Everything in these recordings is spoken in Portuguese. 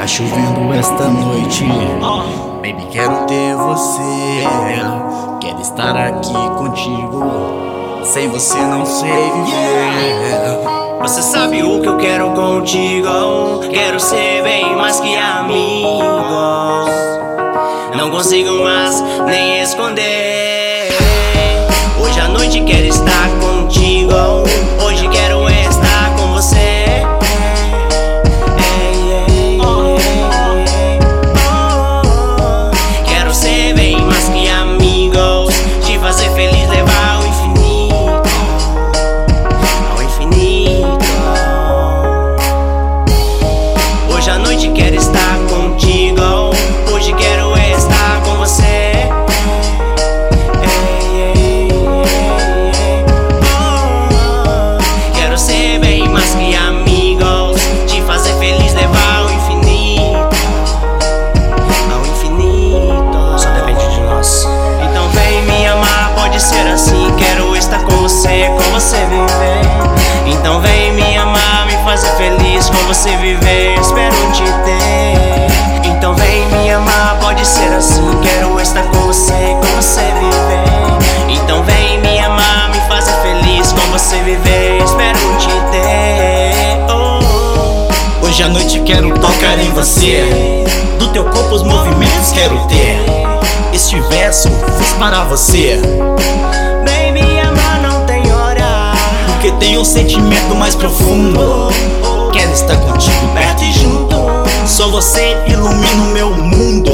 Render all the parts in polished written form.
Tá chovendo esta noite, baby, quero ter você. Quero estar aqui contigo, sem você não sei viver. Você sabe o que eu quero contigo. Quero ser bem mais que amigos. Não consigo mais nem esconder. Hoje à noite quero estar contigo. Hoje quero estar com você. Quero ser bem mais que amigos, te fazer feliz, levar ao infinito, ao infinito. Hoje à noite quero estar contigo. Hoje quero estar com você. Quero ser bem mais que amigos, te fazer feliz, levar ao infinito, ao infinito. Só depende de nós. Então vem me amar, pode ser assim. Quero estar com você viver. Então vem me amar, me fazer feliz, com você viver, espero te ter. Então vem me amar, pode ser assim. Quero estar com você viver. Então vem me amar, me fazer feliz, com você viver, espero te ter. Hoje à noite quero tocar em você, do teu corpo os movimentos quero ter. Este verso fiz para você. Vem me amar, não tem hora, porque tem um sentimento mais profundo. Quero estar contigo perto e junto. Só você ilumina o meu mundo.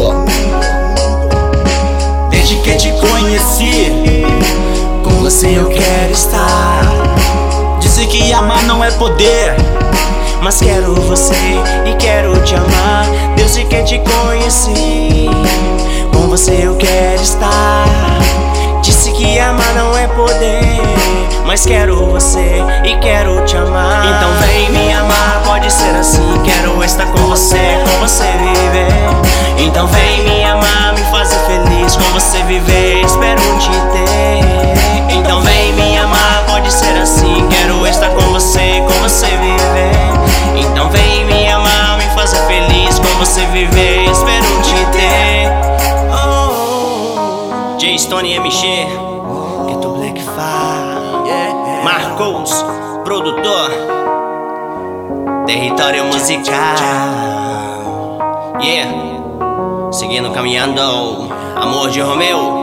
Desde que te conheci, com você eu quero estar. Dizem que amar não é poder, mas quero você e quero te amar. Desde que te conheci, com você eu quero estar. Disse que amar não é poder, mas quero você e quero te amar. Então vem me amar, pode ser assim. Quero estar com você viver. Então vem me amar, me fazer feliz, com você viver, espero te ter. Então vem me amar, pode ser assim. Quero estar com você viver. Então vem me amar, me fazer feliz, com você viver, espero te ter. J Stone MG, Ghetto Black Fire, Marcos, produtor, Território Musical. Yeah, seguindo caminhando, Amor de Romeu.